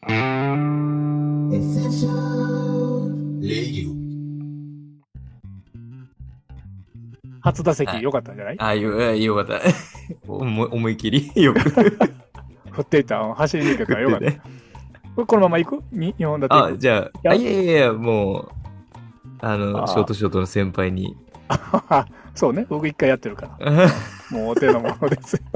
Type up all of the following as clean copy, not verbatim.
初打席良かったんじゃない？ よかった。思い切りよく。 振っていた、走り抜けたらよかった。ね、このまま行く？2本立て行く？ じゃあ、いや、もう、ショートショートの先輩に。 そうね、僕一回やってるから。もうお手の物ですよ。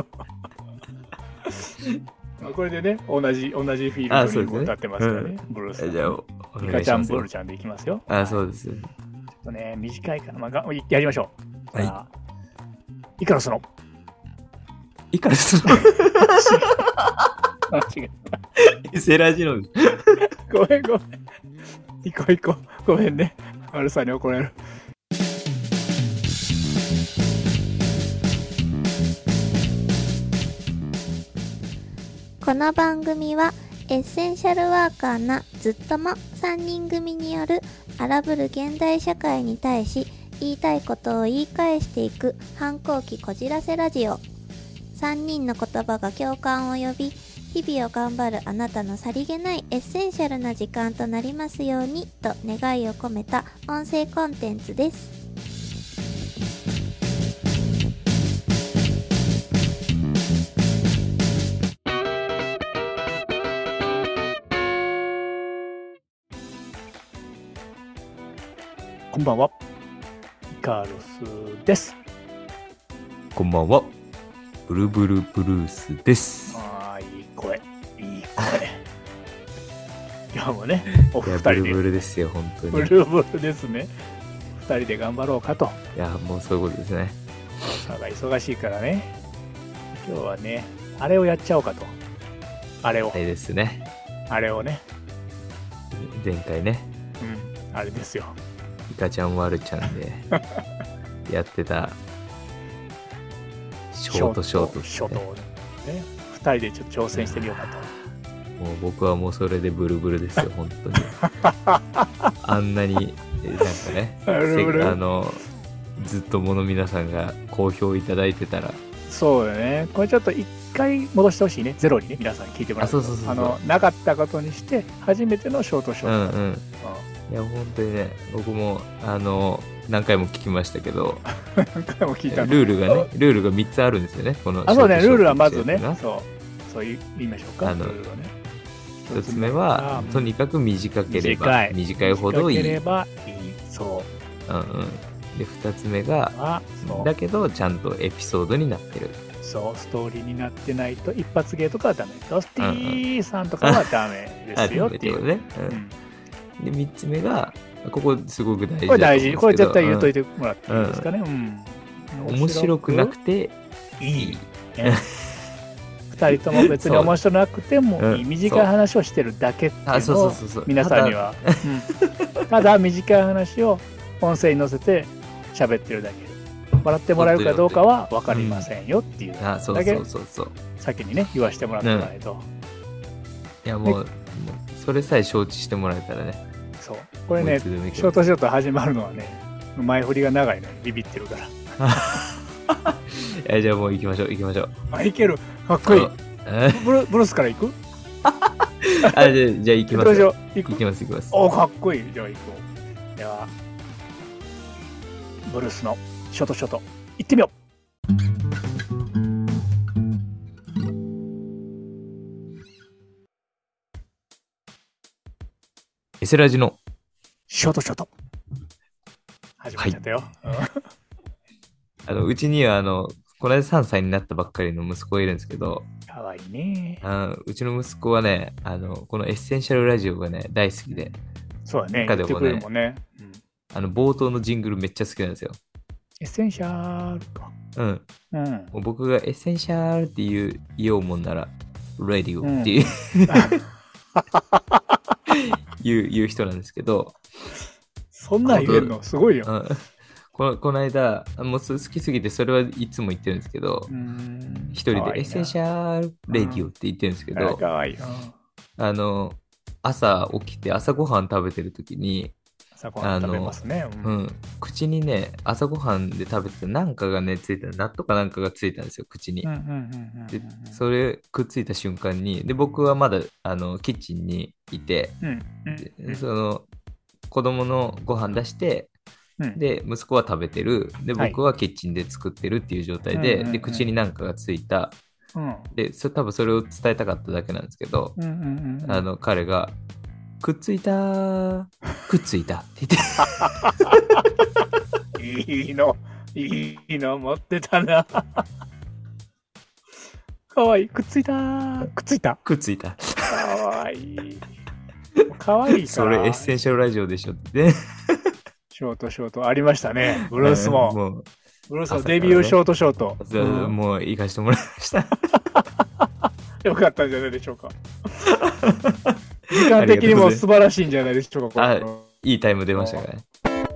これでね、同じフィールドにも立ってますからね、ブルース。 じゃあ、 イカちゃん、ブルちゃんでいきますよ。 そうです。ちょっとね、短いから、やりましょう。 はい。 イカロスの。 間違えた。セラジノ。 ごめん。行こう。ごめんね。マルさんに怒られる。 この番組はエッセンシャルワーカーなずっとも3人組による荒ぶる現代社会に対し言いたいことを言い返していく反抗期こじらせラジオ。3人の言葉が共感を呼び、日々を頑張るあなたのさりげないエッセンシャルな時間となりますようにと願いを込めた音声コンテンツです。 こんばんは、イカロスです。 こんばんは、ブルブルブルースです。 いい声。今日もね、お二人で。 ブルブルですよ、本当に。 ブルブルですね。二人で頑張ろうかと。 いや、もうそういうことですね。 忙しいからね。今日はね、あれをやっちゃおうかと。あれですね。 あれをね。 前回ね。 あれですよ。 イカちゃんワルちゃんでやってたショートをね、2人でちょっと挑戦してみようかと。 もう僕はもうそれでブルブルですよ、本当に。あんなになんかね、ずっともの皆さんが好評いただいてたら。そうだね。これちょっと一回戻してほしいね、ゼロにね、皆さん聞いてもらって。なかったことにして初めてのショート。 いや、本当にね、僕も何回も聞きましたけど、 何回も聞いたルールが3つあるんですよね、このそうね、ルールはまずね、そう言いましょうか。 1つ目は、とにかく短ければ短いほどいい。 そう。 で、2つ目が、だけどちゃんとエピソードになってる。 そう、ストーリーになってないと一発芸とかはダメ。ドスティーさんとかはダメですよっていうね。 で、3つ目が、ここすごく大事だと思うんですけど。 これ大事。これ絶対言うといてもらっていいですかね。 面白くなくていい。 2人とも別に面白くなくてもいい。短い話をしてるだけっていうのを皆さんには。ただ短い話を音声に乗せて喋ってるだけ。笑ってもらえるかどうかは分かりませんよっていうだけ先にね言わせてもらってもらえと。 いやもうそれさえ承知してもらえたらね。 そうこれねショート始まるのはね前振りが長いのにビビってるから。 じゃあもう行きましょう。 いけるかっこいい。ブルースから行く？ じゃあ行きます。行きます。 おかっこいい。じゃあ行こう。ではブルースのショート行ってみよう。 エセラジのショート始まっちゃったよ。 うちにはこの間3歳になったばっかりの息子がいるんですけど、 かわいいね。 うちの息子はね、このエッセンシャルラジオがね大好きで。 そうだね。言ってくれるもんね。 冒頭のジングルめっちゃ好きなんですよ。 エッセンシャルか。 もう僕がエッセンシャルって言おうもんなら、ラディオっていう、言う人なんですけど。 そんなん言えるのすごいよ。 この間、もう好きすぎてそれはいつも言ってるんですけど、一人でエッセンシャルラディオって言ってるんですけど、 かわいい。 朝起きて朝ごはん食べてる時に、 朝ごはん食べますね。 口にね、朝ごはんで食べてなんかがね、ついた、納豆かなんかがついたんですよ、口に。で、それくっついた瞬間に、で、僕はまだ、キッチンにいて、その、子供のご飯出して、で、息子は食べてる。で、僕はキッチンで作ってるっていう状態で、で、口になんかがついた。で、多分それを伝えたかっただけなんですけど、彼が、くっついたー、くっついたって言って。いいの持ってたな。かわいい。くっついたー、くっついた。 くっついた。 かわいい。かわいいから。 それエッセンシャルラジオでしょって。 ショートありましたね。ブルースも。ブルースのデビューショート。 もう行かしてもらいました。 よかったんじゃないでしょうか。時間的にも素晴らしいんじゃないでしょうか。 いいタイム出ましたからね。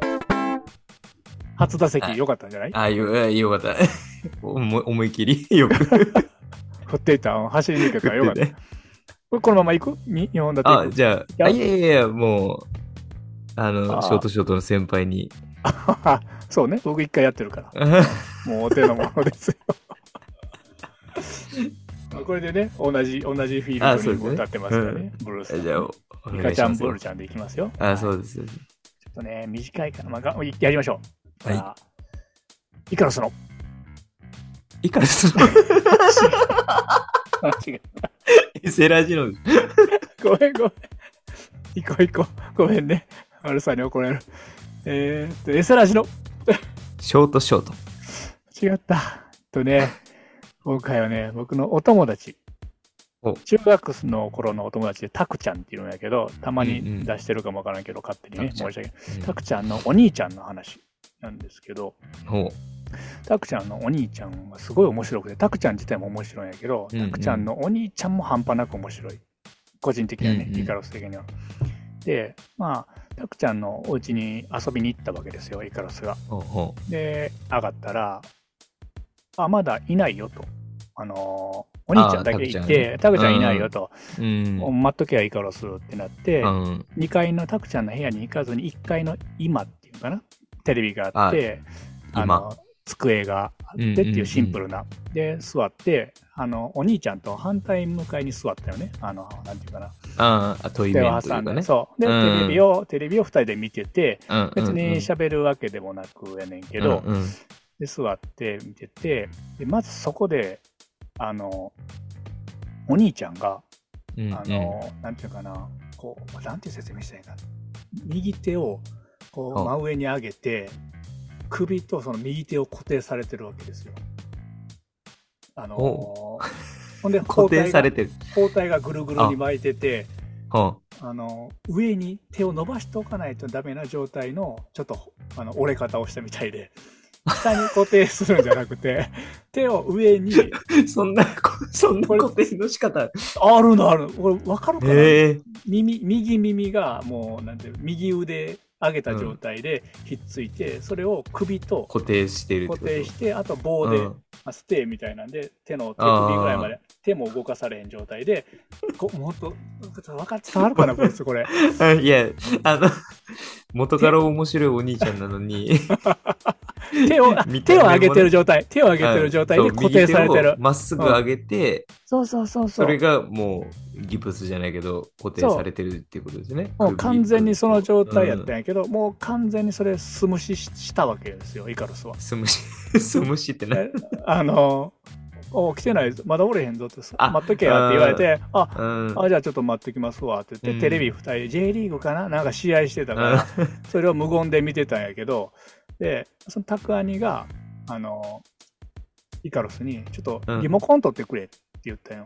初打席良かったんじゃない？ よかった。思い切りよく。 振っていた。走り抜けたらよかった。このまま行く？日本だと。 じゃあ、いや、もう、ショートの先輩に。 そうね。僕一回やってるから。もうお手のものですよ。これでね、同じフィールドに歌ってますからね。ブルース。 じゃあ、 イカちゃん、ブルちゃんでいきますよ。 そうです。ちょっとね、短いから、やりましょう。イカロスの。 違う。エセラジの。 ごめん。行こう。ごめんね。丸さんに怒られる。エセラジの。 ショート。 違った。今回はね、僕のお友達。中学の頃のお友達でタクちゃんっていうんやけど、たまに出してるかもわからんけど、勝手にね、申し訳ない。タクちゃんのお兄ちゃんの話なんですけど、タクちゃんのお兄ちゃんがすごい面白くて、タクちゃん自体も面白いんやけど、タクちゃんのお兄ちゃんも半端なく面白い。個人的にはね、イカロス的には。で、タクちゃんのお家に遊びに行ったわけですよ、イカロスが。で、上がったら、まだいないよと。お兄ちゃんだけいて、タクちゃんいないよと。待っとけばイカロスってなって、2階のタクちゃんの部屋に行かずに、1階の今っていうかな、テレビがあって、机があってっていうシンプルな。で、座って、お兄ちゃんと反対向かいに座ったよね。なんていうかな。 トイメンというかね。 そう。で、テレビを2人で見てて、別に喋るわけでもなくやねんけど、で、座って見てて、で、まずそこで、お兄ちゃんが、なんていうかな、なんて説明したらいいかな。右手を、真上に上げて、首とその右手を固定されてるわけですよ。ほんで、 固定されてる。 包帯がぐるぐるに巻いてて、上に手を伸ばしておかないとダメな状態の、ちょっと、折れ方をしたみたいで、下に固定するんじゃなくて、手を上に。 そんな固定の仕方あるの。これ分かるかな、右耳がもう、なんていう、右腕上げた状態でひっついて、それを首と固定してる。 固定して、あと棒で、ステーみたいなんで、手首ぐらいまで、手も動かされへん状態で、もっと、伝わるかな、これ。 いや、元から面白いお兄ちゃんなのに。 手を上げてる状態。手を上げてる状態で固定されてる。 まっすぐ上げて、 そう。 それがもうギプスじゃないけど固定されてるっていうことですね。 もう完全にその状態やったんやけど、もう完全にそれ素無視したわけですよ、イカロスは。 素無視って何？ 来てない、まだおれへんぞって、待っとけやって言われて、じゃあちょっと待ってきますわって言って、テレビ2人、J リーグかななんか試合してたから、それを無言で見てたんやけど、で、そのタクアニが、イカロスに、ちょっとリモコン取ってくれって言ったよ。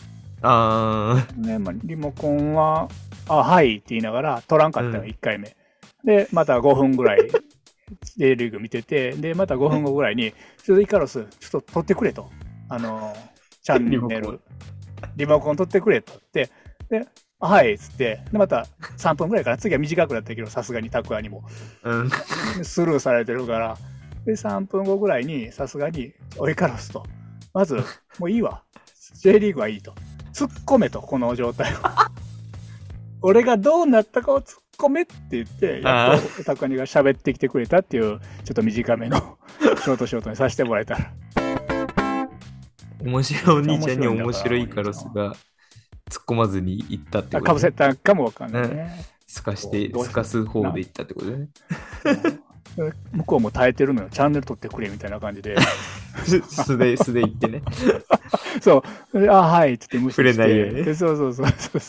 リモコンは、はいって言いながら、取らんかったよ、1回目。で、また5分ぐらい、J リーグ見てて、で、また5分後ぐらいに、ちょっとイカロス、ちょっと取ってくれと。チャンネル、リモコン取ってくれと言って、で、はいっつって、で、また3分ぐらいから、次は短くなったけど、さすがにタクアにも。スルーされてるから、で、3分後ぐらいに、さすがに、イカロスと、まず、もういいわ。J リーグはいいと。突っ込めと、この状態を。俺がどうなったかを突っコメって言って、やっとタクアニが喋ってきてくれたっていう、ちょっと短めのショートにさせてもらえたら。 面白いお兄ちゃんに面白いイカロスが突っ込まずに行ったってこと、ね、 かぶせたかもわかんないね。 すかす方で行ったってことね。 向こうも耐えてるのよ。チャンネル取ってくれみたいな感じで。 素で行ってね。 そう。はいって言って無視して。 触れないよね。 そう。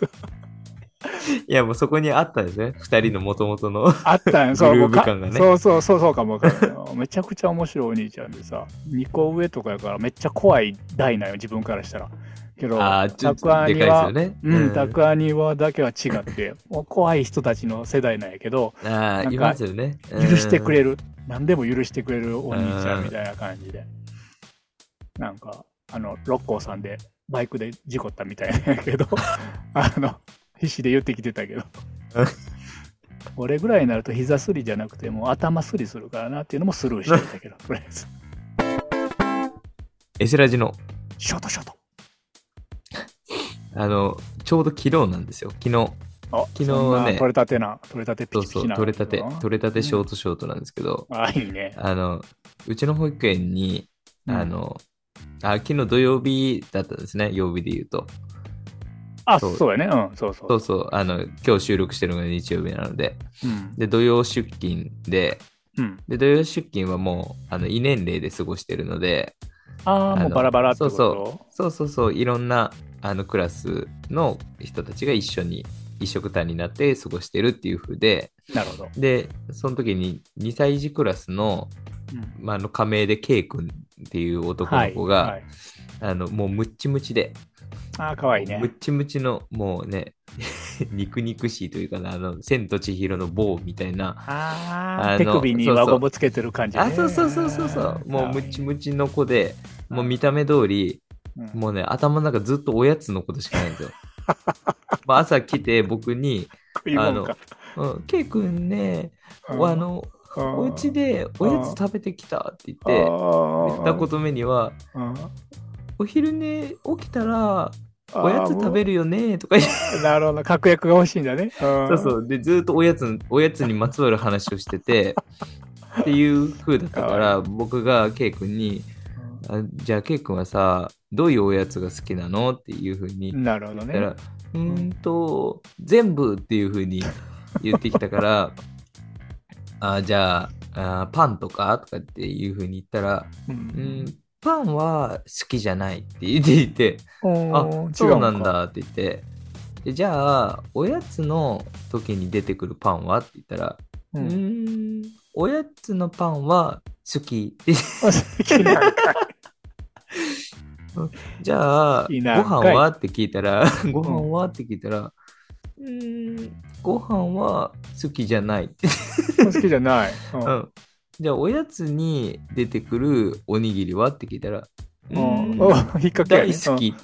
いや、もうそこにあったんですね。二人の元々のあったんよ。 グルーヴ感がね。 そうかもわかんない。めちゃくちゃ面白いお兄ちゃんでさ、2個上とかやからめっちゃ怖い代なんよ、自分からしたら。けど、タクアニは、タクアニはだけは違って、もう怖い人たちの世代なんやけど、 いますよね。 許してくれる。何でも許してくれるお兄ちゃんみたいな感じで。なんか、六甲さんでバイクで事故ったみたいなんやけど、必死で言ってきてたけど。俺ぐらいになると膝すりじゃなくて、もう頭すりするからなっていうのもスルーしてたけど、とりあえず。 エセラジのショート。 ちょうど昨日なんですよ。昨日ね。 取れたてピチピチな。 取れたてショートなんですけど。 いいね。 うちの保育園に、昨日土曜日だったんですね。曜日で言うと。 そうやね。そう。 今日収録してるのが日曜日なので。で、土曜出勤で、で、土曜出勤はもう、異年齢で過ごしてるので、 もうバラバラってこと？ そう、いろんな、クラスの人たちが一緒くたになって過ごしてるっていう風で、 なるほど。 で、その時に2歳児クラスの、仮名で K 君っていう男の子が、もうムッチムチで、 かわいいね。 ムッチムチの、もうね、肉々しいというかな、千と千尋の棒みたいな。 手首に輪ゴムつけてる感じね。 そう。もうムチムチの子で、もう見た目通り、もうね、頭の中ずっとおやつのことしかないんですよ。朝来て僕に、K 君ね、お家でおやつ食べてきたって言ったこと目には、お昼寝起きたら、おやつ食べるよねとか言って。 なるほど、確約が欲しいんだね。 そう。で、ずっとおやつにまつわる話をしてて、っていう風だったから、僕が K 君に、じゃあ K 君はさ、どういうおやつが好きなのっていう風に。 なるほどね。 全部っていう風に言ってきたから、じゃあ、パンとかとかっていう風に言ったら、パンは好きじゃないって言っていて、そうなんだって言って、でじゃあ、おやつの時に出てくるパンはって言ったら、おやつのパンは好きって好きなんかい。 じゃあ、ご飯はって聞いたら、ご飯は好きじゃないって。 好きじゃない。 じゃあ、おやつに出てくるおにぎりはって聞いたら、 引っ掛け、 大好きって。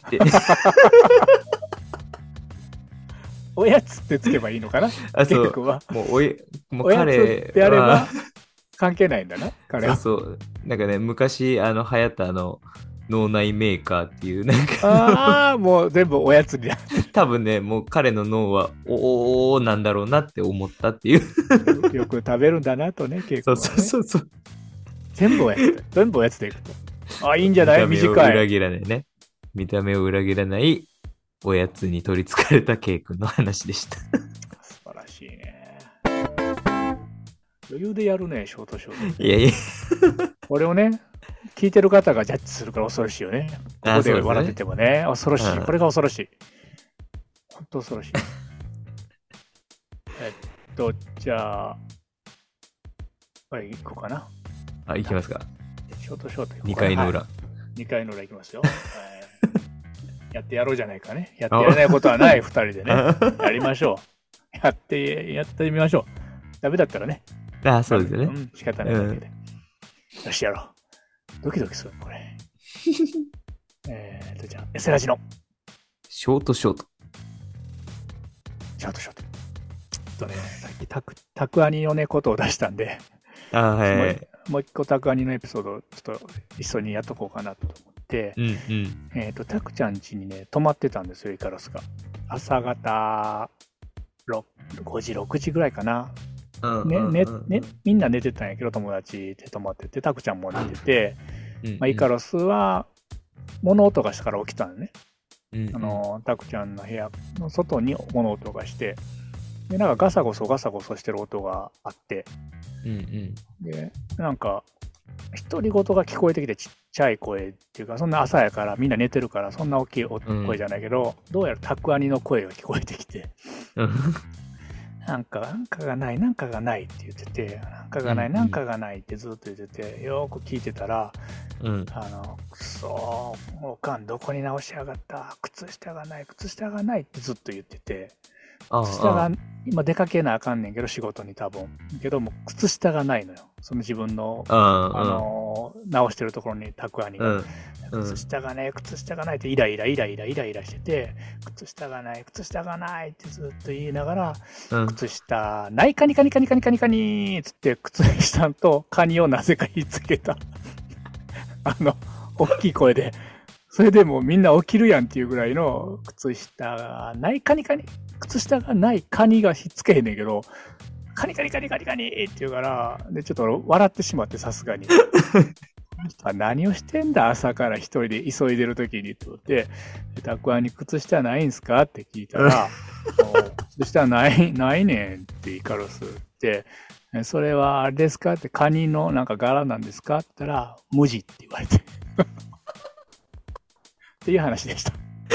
おやつってつけばいいのかな？ そう。もう彼は。おやつってあれば関係ないんだな、彼は。 そう。なんかね、昔流行った脳内メーカーっていうなんかもう全部おやつに多分ね、もう彼の脳はなんだろうなって思ったっていうよく食べるんだなとね、結構、ね、 そう全部おやつでいくといいんじゃない？短い。 見た目を裏切らないね。見た目を裏切らないおやつに取りつかれた K 君の話でした素晴らしいね。余裕でやるね、ショート。 いやこれをね、聞いてる方がジャッジするから恐ろしいよね。ここで笑っててもね、恐ろしい。これが恐ろしい。本当恐ろしい。じゃあ、行こうかな。 行きますか。 ショート行こうか。 2回の裏。 2回の裏行きますよ。やってやろうじゃないかね。やってやれないことはない、2人でね。やりましょう。やってみましょう。ダメだったらね。 そうですよね。 仕方ないだけで。よし、やろう。ドキドキする、これ。じゃあ、エセラジの。 ショート。 さっきタクアニのね、ことを出したんで。もう一個タクアニのエピソードをちょっと一緒にやっとこうかなと思って、タクちゃん家にね、泊まってたんですよ、イカロスが。朝方 5時、6時ぐらいかな。みんな寝てたんやけど、友達で泊まってて、タクちゃんも寝てて、イカロスは物音がしたから起きたのね。タクちゃんの部屋の外に物音がして、で、なんかガサゴソしてる音があって、で、なんか、独り言が聞こえてきて、ちっちゃい声っていうか、そんな朝やからみんな寝てるからそんな大きい声じゃないけど、どうやらタクアニの声が聞こえてきて、なんかがないって言ってて、なんかがないってずっと言ってて、よーく聞いてたら、くそー、おかんどこに直しやがった、靴下がないってずっと言ってて、靴下が今出かけなあかんねんけど、仕事に多分けども靴下がないのよ、その自分の直してるところにタクアニが、靴下がないってイライラしてて、靴下がないってずっと言いながら、靴下ないカニっつって靴下とカニをなぜかひっつけた大きい声で、それでもうみんな起きるやんっていうぐらいの靴下がない靴下がないカニがひっつけへんねんけど、カニって言うから、で、ちょっと笑ってしまって、さすがに。何をしてんだ、朝から一人で急いでる時にって言って、タクアニ靴下ないんすかって聞いたら、靴下ないねんってイカロスって、それはあれですかって、カニのなんか柄なんですかって言ったら、無地って言われて。っていう話でした。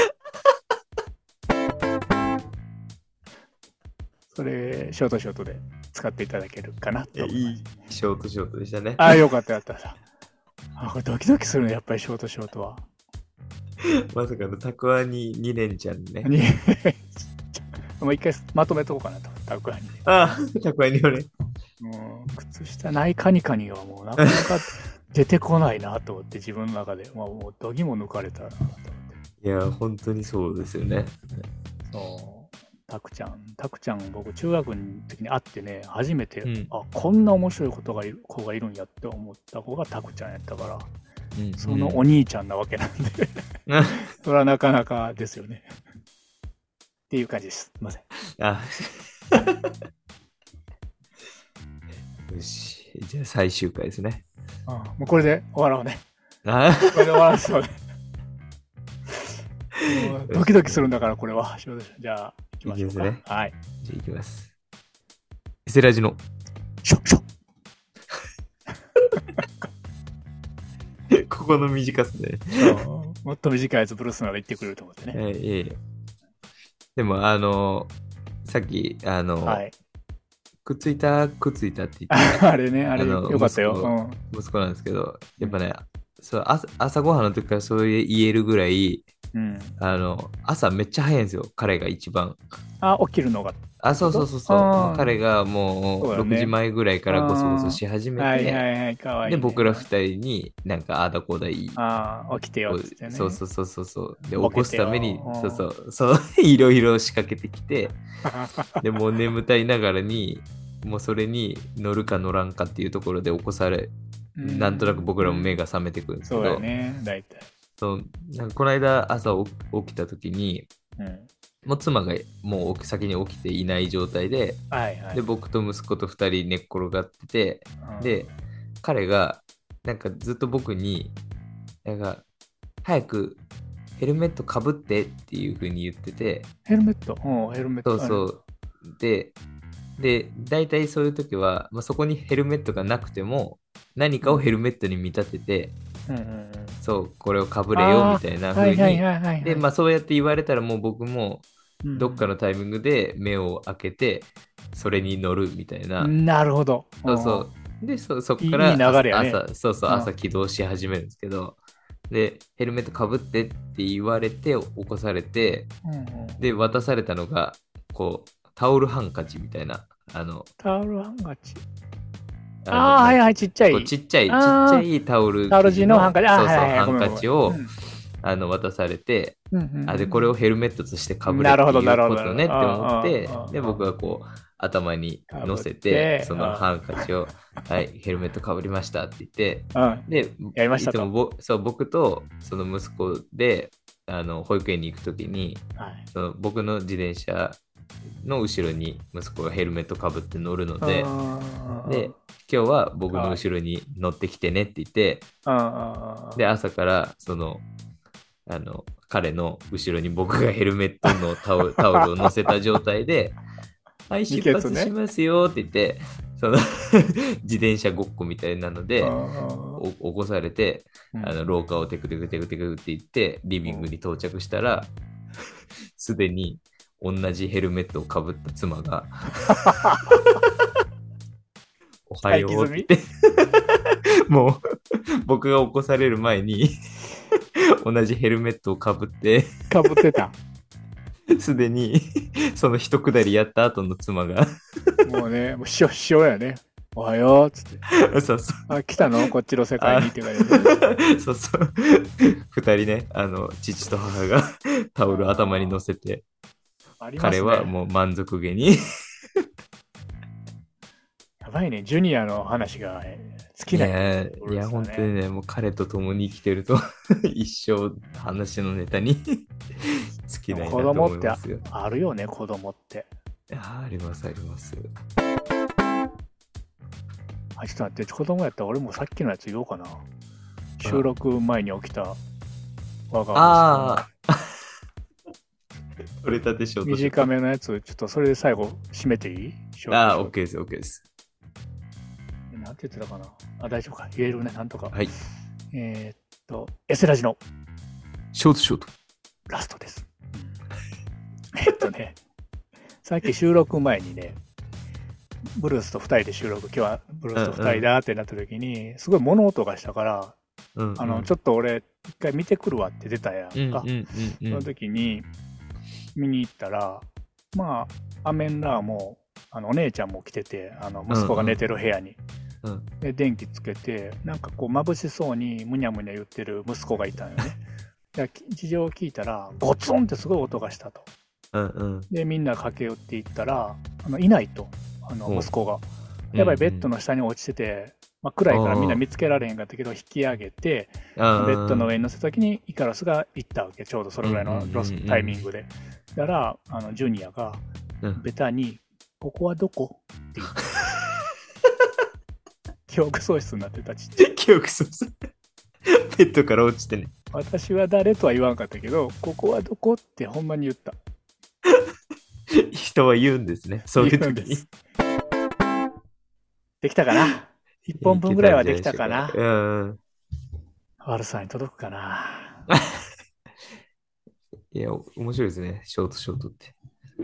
それ、ショートで使っていただけるかなと思います。 いいショートでしたね。 よかった。これドキドキするね、やっぱりショートは。 まさかのタクアニ2年ちゃんね。 もう一回まとめとこうかなと、タクアニ。 タクアニをね。 靴下ないカニはもうなかなか出てこないなと思って、自分の中で。もうどぎも抜かれたなと思って。 いや、本当にそうですよね。 そう。タクちゃん、僕、中学の時に会ってね、初めて、こんな面白い子がいるんやって思った子がタクちゃんやったから、そのお兄ちゃんなわけなんで、それはなかなかですよね。っていう感じです。すいません。 よし、じゃあ最終回ですね。 もうこれで終わろうね。これで終わらそうね。ドキドキするんだから、これは。じゃあ、行きましょうか。 ね。 はい。 じゃあ行きます。エセラジの。ここの短さで。 もっと短いやつ、ブルースなら言ってくれると思ってね。 でも、さっき、くっついたって言ってた。 あれね、よかったよ。 息子なんですけど、やっぱね、朝ごはんの時からそう言えるぐらい、朝めっちゃ早いんですよ、彼が一番。 起きるのが。 そう。彼がもう6時前ぐらいからゴソゴソし始めて、で、僕ら2人になんかあだこだいい。 起きてよってね。 そう。で、起こすために、いろいろ仕掛けてきて、で、もう眠たいながらに、もうそれに乗るか乗らんかっていうところで起こされ、なんとなく僕らも目が覚めてくるんですけど、 そうだね、大体。 なんかこの間朝起きた時に、もう妻がもう先に起きていない状態で、で僕と息子と2人寝っ転がってて、で彼がなんかずっと僕になんか早くヘルメットかぶってっていう風に言ってて、 ヘルメットそうで大体そういう時は、そこにヘルメットがなくても何かをヘルメットに見立てて、そうこれをかぶれよみたいな風に、でそうやって言われたらもう僕もどっかのタイミングで目を開けてそれに乗るみたいな。 なるほど。 でそこからいい流れやね。 朝起動し始めるんですけど、でヘルメットかぶってって言われて起こされて、で渡されたのがこうタオルハンカチみたいなタオルハンカチ。ちっちゃいタオル地のハンカチ。 ハンカチを渡されて、でこれをヘルメットとしてかぶれっていうことねって思って、で僕はこう頭に乗せてそのハンカチをヘルメットかぶりましたって言って、でやりましたと。 僕とその息子で保育園に行くときに、その僕の自転車の後ろに息子がヘルメットかぶって乗るので、で今日は僕の後ろに乗ってきてねって言って、で朝から彼の後ろに僕がヘルメットのタオルを乗せた状態ではい出発しますよって言って、自転車ごっこみたいなので起こされて、廊下をテクテクテクテクって言ってリビングに到着したらすでに同じヘルメットをかぶった妻がおはようってもう僕が起こされる前に同じヘルメットをかぶってたすでにその一くだりやった後の妻がもうね、もうしょやね。おはようっつって。 そうそう。 来たのこっちの世界にって言われて。 そうそう。二人ね、父と母がタオル頭に乗せて、ね、彼はもう満足げに。 やばいね、ジュニアの話が好きな、 ね。いや、本当にね、もう彼と共に生きてると一生話のネタに好きなと思いますよ。 子供ってあるよね、子供って。 ありますあります。 ちょっと待って、子供やったら俺もさっきのやつ言おうかな。収録前に起きた我が取れたてショート短めのやつ、ちょっとそれで最後締めていい？ OK です、OK です。 なんて言ってたかな。大丈夫か。言えるね、なんとか。 はい。 エセラジのショートラストです。さっき収録前にね、ブルースと2人で収録、今日はブルースと2人だってなった時に、すごい物音がしたから、ちょっと俺一回見てくるわって出たやんか。その時に見に行ったら、まあアメンラーもお姉ちゃんも来てて、息子が寝てる部屋に、で電気つけて、なんかこう眩しそうにむにゃむにゃ言ってる息子がいたんよね。で事情を聞いたらゴツンってすごい音がしたと。でみんな駆け寄っていったらいないと。息子がやっぱりベッドの下に落ちてて、暗いからみんな見つけられへんかったけど、引き上げてベッドの上に乗せた時にイカロスが行ったわけ。ちょうどそれぐらいのタイミングで。だからジュニアがベタに「ここはどこ?」って言って記憶喪失になってた。ちっちゃい記憶喪失ベッドから落ちてね。 私は誰とは言わんかったけど、ここはどこってほんまに言った。 人は言うんですね、そういう時に。 できたかな。1本分ぐらいはできたかな。悪さに届くかな。 いや、面白いですね、ショートって。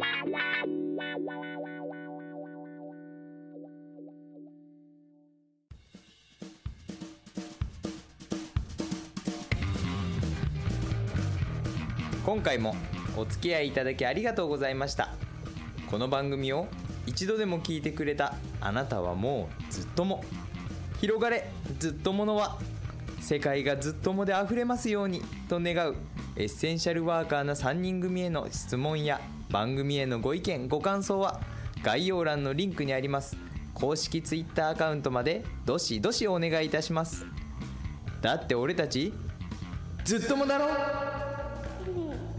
今回もお付き合いいただきありがとうございました。この番組を一度でも聞いてくれたあなたはもうずっとも。広がれずっとものは、世界がずっともであふれますようにと願うエッセンシャルワーカーな3人組への質問や番組へのご意見ご感想は概要欄のリンクにあります公式 Twitter アカウントまでどしどしお願いいたします。だって俺たちずっともだろ。